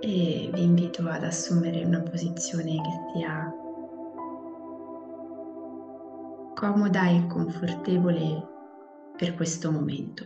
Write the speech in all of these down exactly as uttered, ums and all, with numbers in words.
e vi invito ad assumere una posizione che sia comoda e confortevole per questo momento.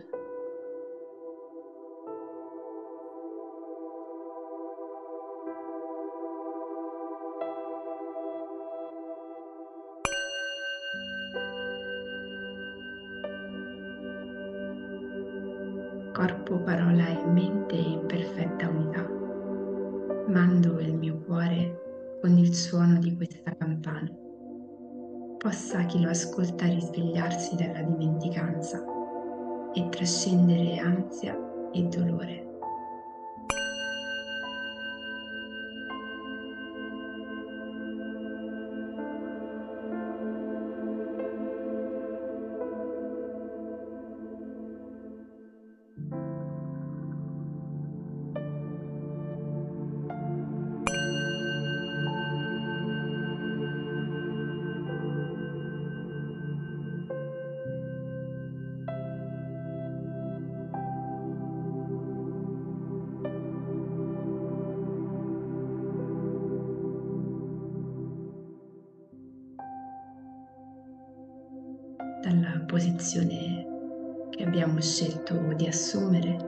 Corpo, parola e mente in perfetta unità. Mando il mio cuore con il suono di questa campana. Possa chi lo ascolta risvegliarsi dalla dimenticanza e trascendere ansia e dolore. Dalla posizione che abbiamo scelto di assumere,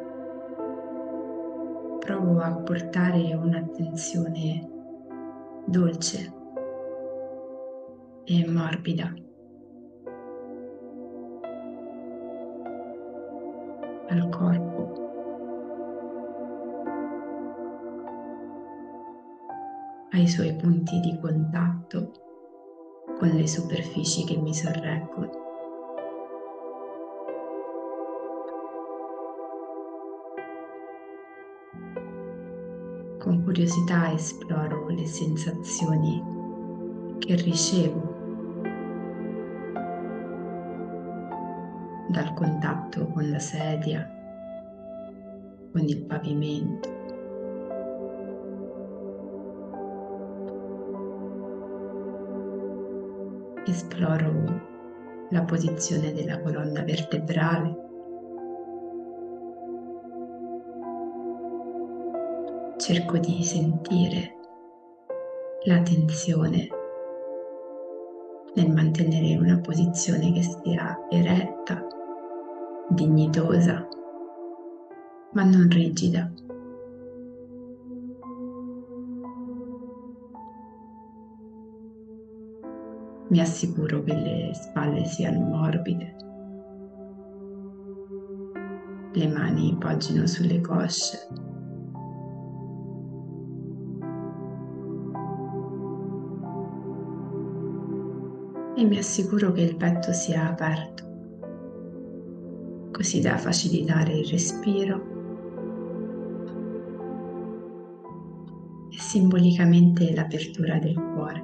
provo a portare un'attenzione dolce e morbida al corpo, ai suoi punti di contatto con le superfici che mi sorreggono. Con curiosità esploro le sensazioni che ricevo dal contatto con la sedia, con il pavimento. Esploro la posizione della colonna vertebrale. Cerco di sentire la tensione nel mantenere una posizione che sia eretta, dignitosa, ma non rigida. Mi assicuro che le spalle siano morbide, le mani poggino sulle cosce. E mi assicuro che il petto sia aperto, così da facilitare il respiro e simbolicamente l'apertura del cuore.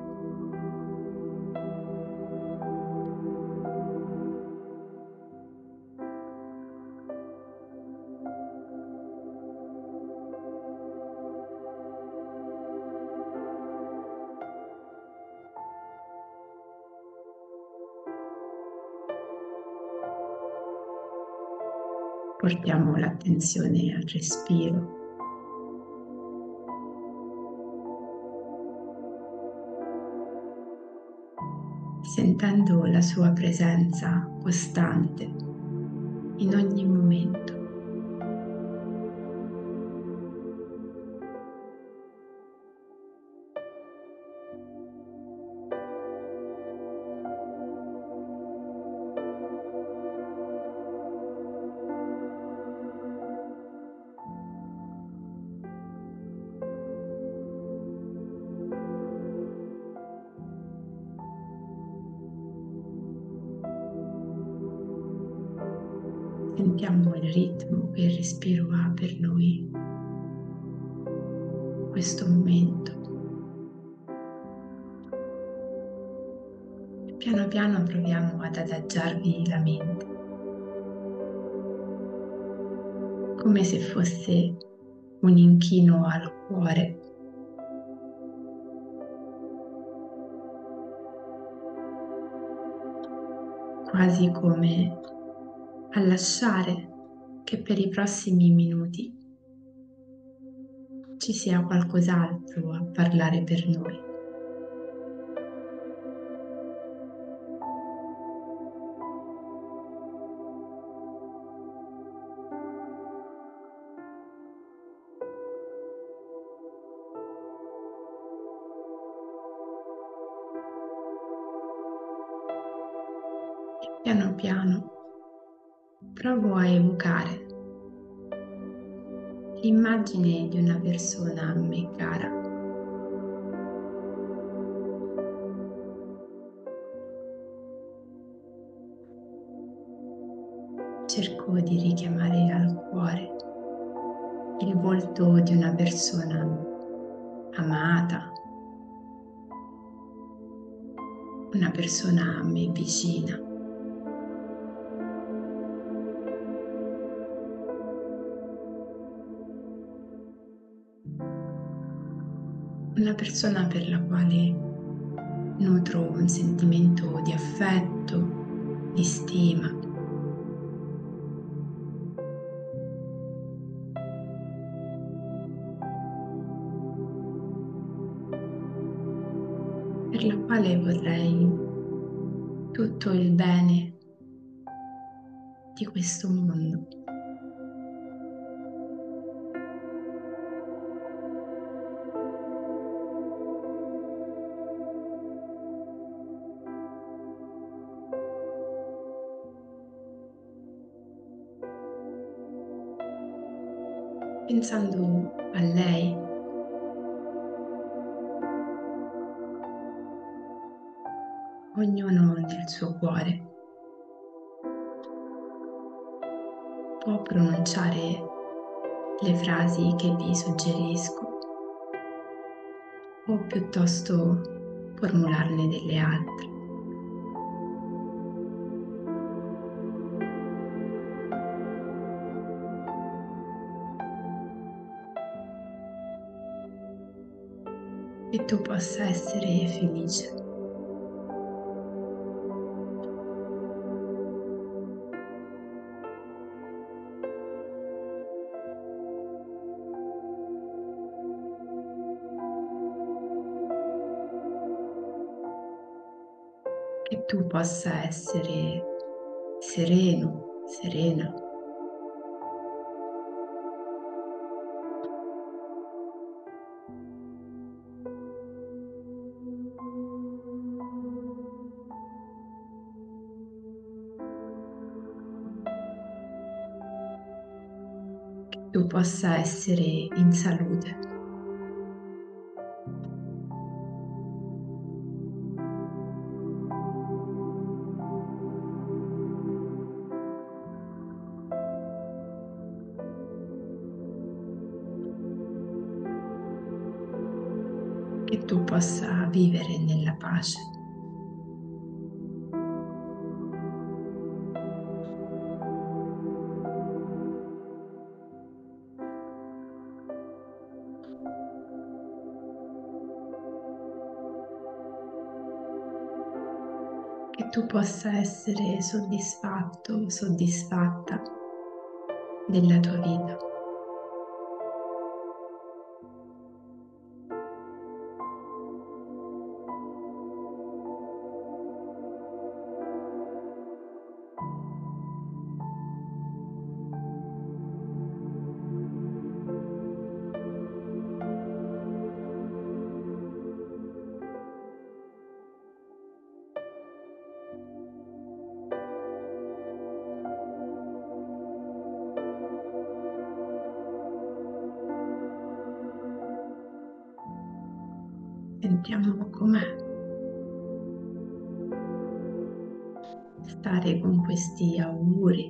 Portiamo l'attenzione al respiro, sentendo la sua presenza costante in ogni momento. Sentiamo il ritmo che il respiro ha per noi, questo momento. E piano piano proviamo ad adagiarvi la mente, come se fosse un inchino al cuore. Quasi come a lasciare che per i prossimi minuti ci sia qualcos'altro a parlare per noi. Piano piano provo a evocare l'immagine di una persona a me cara. Cerco di richiamare al cuore il volto di una persona amata, una persona a me vicina. Una persona per la quale nutro un sentimento di affetto, di stima. Per la quale vorrei tutto il bene di questo mondo. Pensando a lei, ognuno nel suo cuore può pronunciare le frasi che vi suggerisco o piuttosto formularne delle altre. Che tu possa essere felice. Che tu possa essere sereno, serena. Che tu possa essere in salute. Che tu possa vivere nella pace. Che tu possa essere soddisfatto, soddisfatta della tua vita. Sentiamo com'è stare con questi auguri.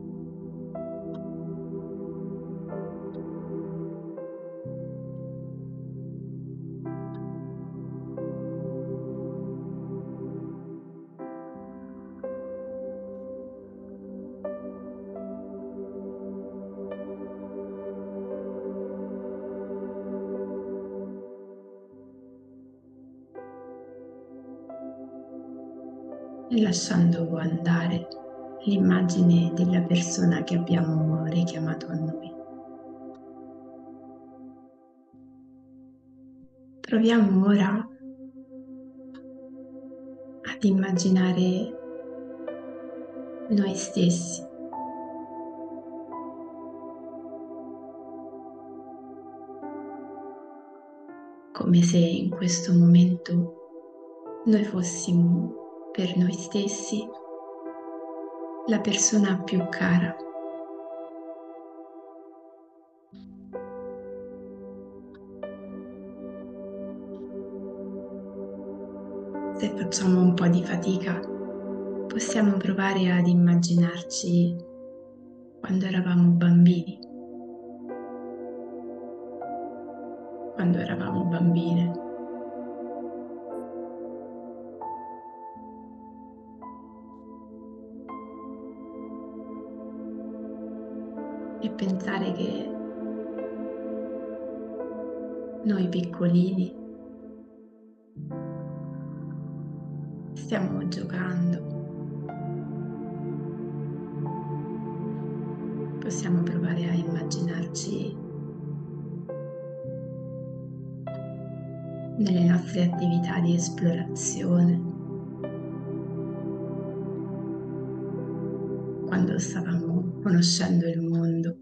E lasciando andare l'immagine della persona che abbiamo richiamato a noi. Proviamo ora ad immaginare noi stessi come se in questo momento noi fossimo per noi stessi la persona più cara. Se facciamo un po' di fatica, possiamo provare ad immaginarci quando eravamo bambini, quando eravamo bambine. E pensare che noi piccolini stiamo giocando. Possiamo provare a immaginarci nelle nostre attività di esplorazione, quando stavamo conoscendo il mondo.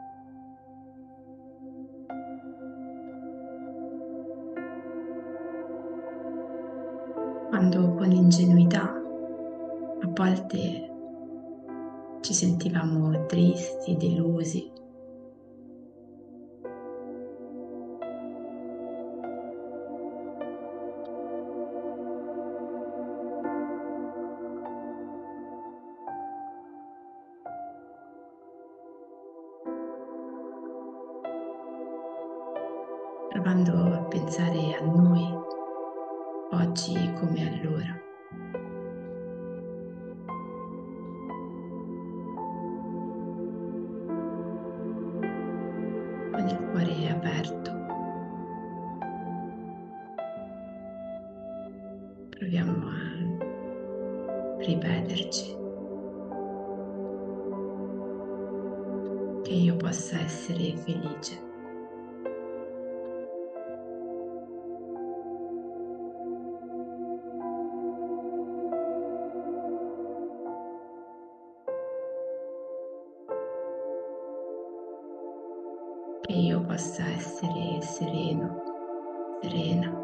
Quando con ingenuità a volte ci sentivamo tristi, delusi. Provando a pensare a noi oggi come allora. Con il cuore aperto. Proviamo a ripeterci che io possa essere felice. Che io possa essere sereno, serena.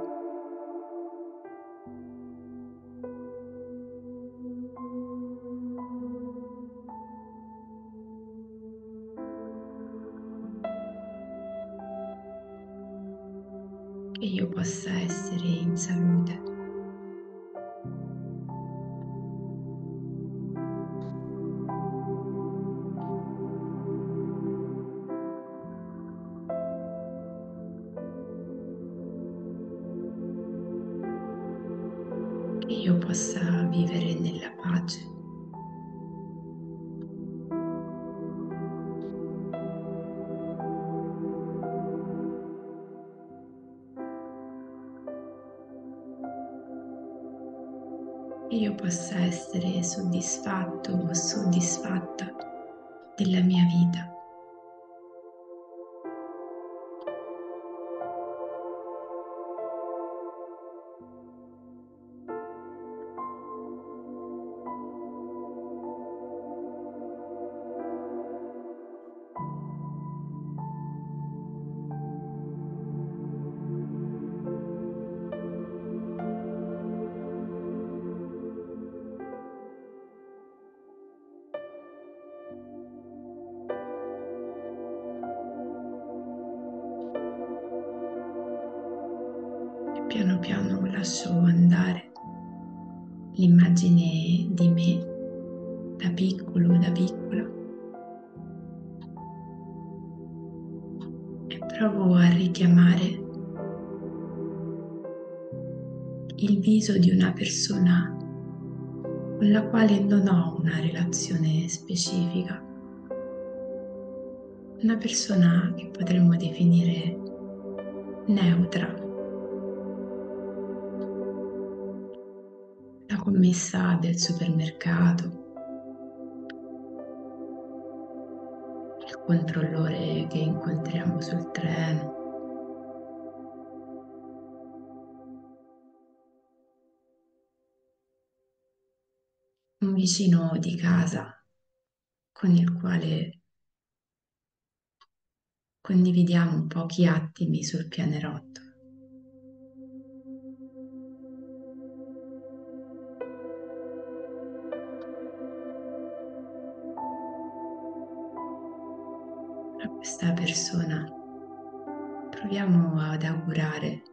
Che io possa essere in salute. Che io possa vivere nella pace. Che io possa essere soddisfatto o soddisfatta della mia vita. E piano piano lascio andare l'immagine di me da piccolo, da piccola, e provo a richiamare il viso di una persona con la quale non ho una relazione specifica, una persona che potremmo definire neutra, la commessa del supermercato, il controllore che incontriamo sul treno, vicino di casa con il quale condividiamo pochi attimi sul pianerottolo. A questa persona proviamo ad augurare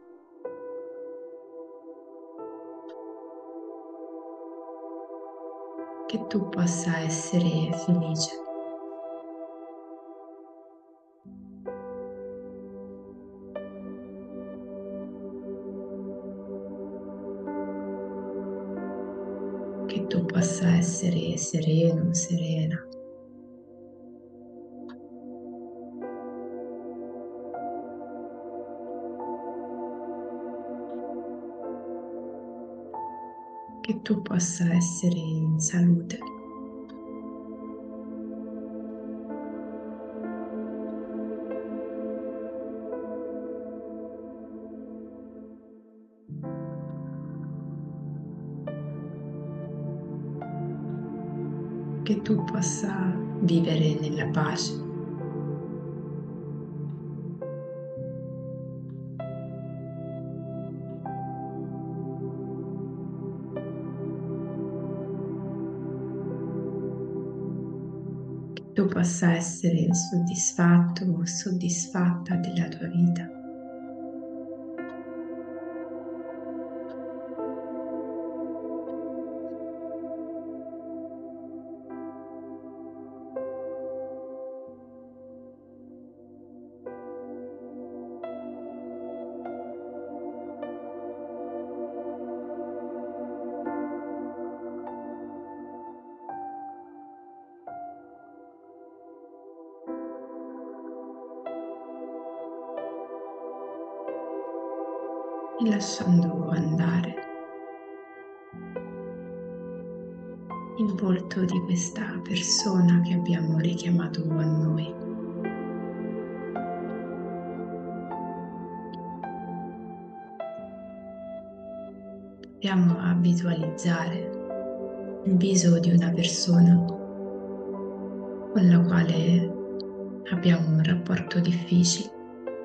che tu possa essere felice, che tu possa essere sereno, serena, che tu possa essere in salute. Che tu possa vivere nella pace. Che tu possa essere soddisfatto o soddisfatta della tua vita. E lasciando andare il volto di questa persona che abbiamo richiamato a noi. Proviamo a visualizzare il viso di una persona con la quale abbiamo un rapporto difficile.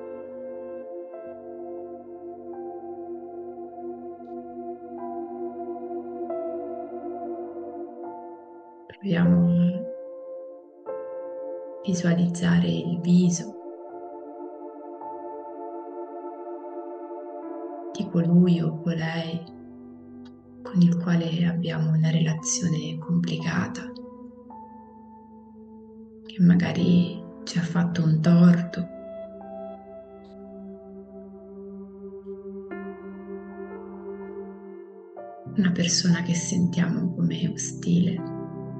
Proviamo a visualizzare il viso di colui o colei con il quale abbiamo una relazione complicata, che magari ci ha fatto un torto, una persona che sentiamo come ostile.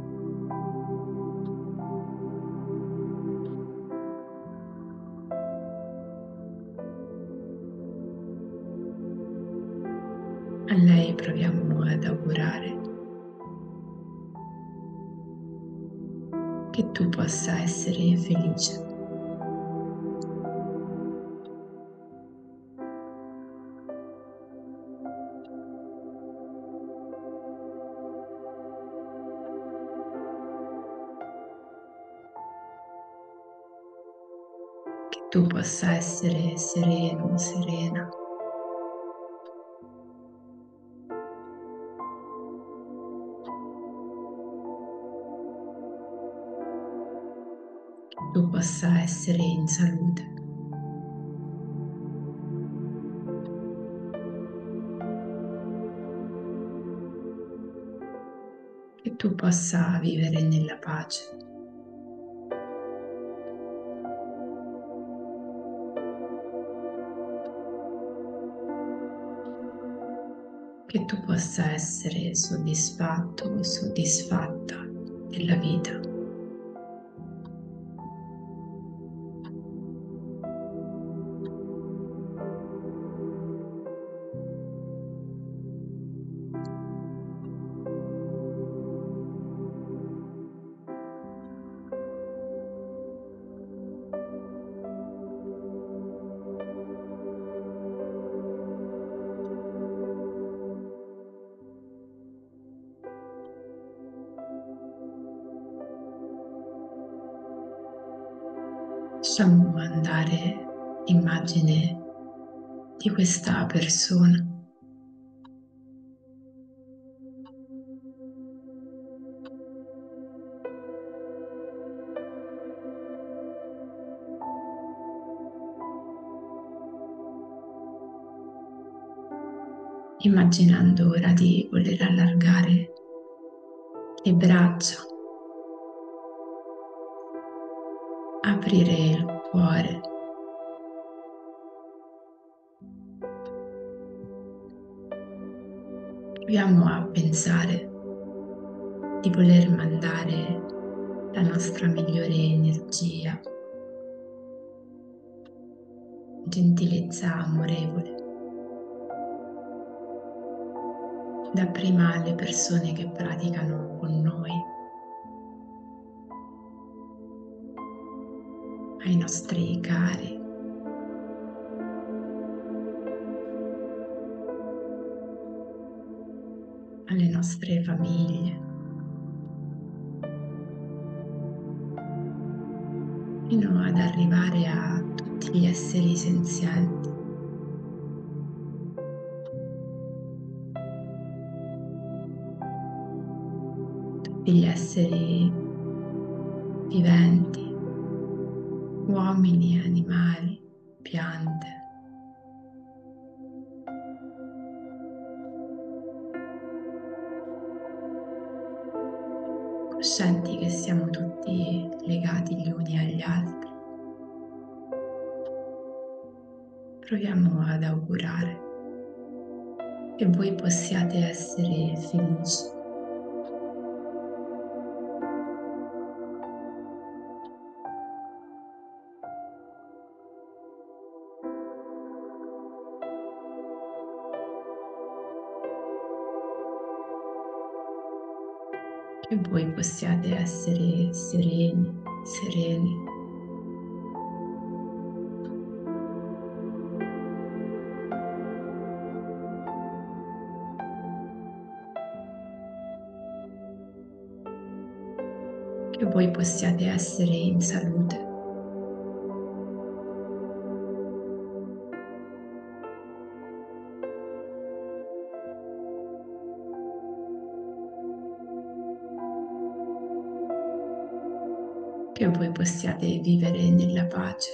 A lei proviamo ad augurare che tu possa essere felice. Che tu possa essere sereno, serena. Che tu possa essere in salute. Che tu possa vivere nella pace. Che tu possa essere soddisfatto o soddisfatta della vita. Lasciamo andare l'immagine di questa persona. Immaginando ora di voler allargare le braccia, aprire il cuore, proviamo a pensare di voler mandare la nostra migliore energia, gentilezza amorevole, dapprima alle persone che praticano con noi, ai nostri cari, alle nostre famiglie, fino ad arrivare a tutti gli esseri senzienti. Tutti gli esseri viventi, uomini, animali, piante. Coscienti che siamo tutti legati gli uni agli altri. Proviamo ad augurare che voi possiate essere felici, che voi possiate essere sereni, sereni. Che voi possiate essere in salute. Che voi possiate vivere nella pace.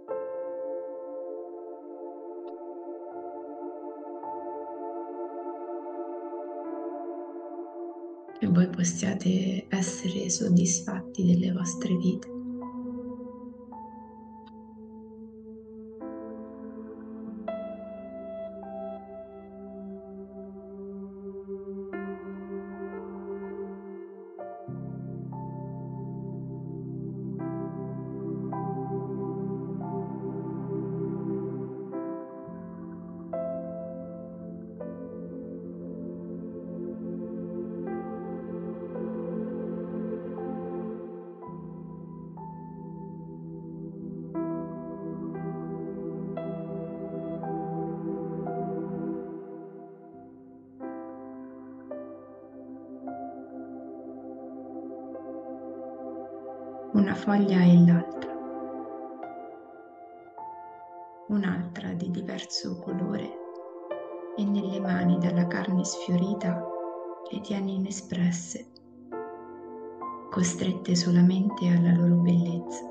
Che voi possiate essere soddisfatti delle vostre vite. Una foglia e l'altra, un'altra di diverso colore, e nelle mani dalla carne sfiorita le tieni inespresse, costrette solamente alla loro bellezza.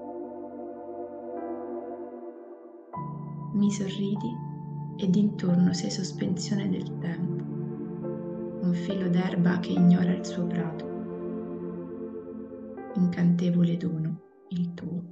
Mi sorridi ed intorno sei sospensione del tempo, un filo d'erba che ignora il suo prato, incantevole dono, il tuo.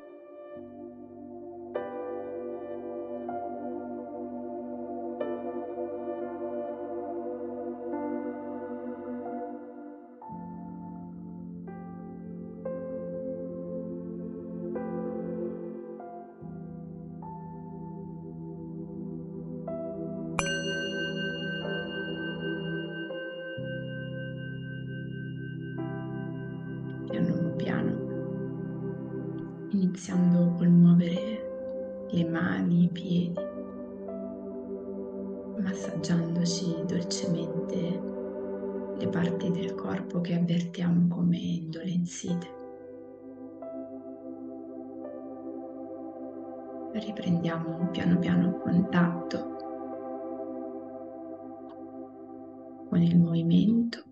Piano piano, iniziando col muovere le mani, i piedi, massaggiandoci dolcemente le parti del corpo che avvertiamo come indolenzite. Riprendiamo piano piano contatto con il movimento.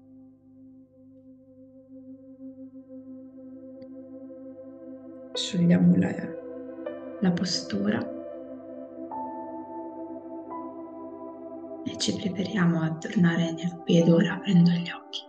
Sciogliamo la, la postura e ci prepariamo a tornare nel qui ed ora aprendo gli occhi.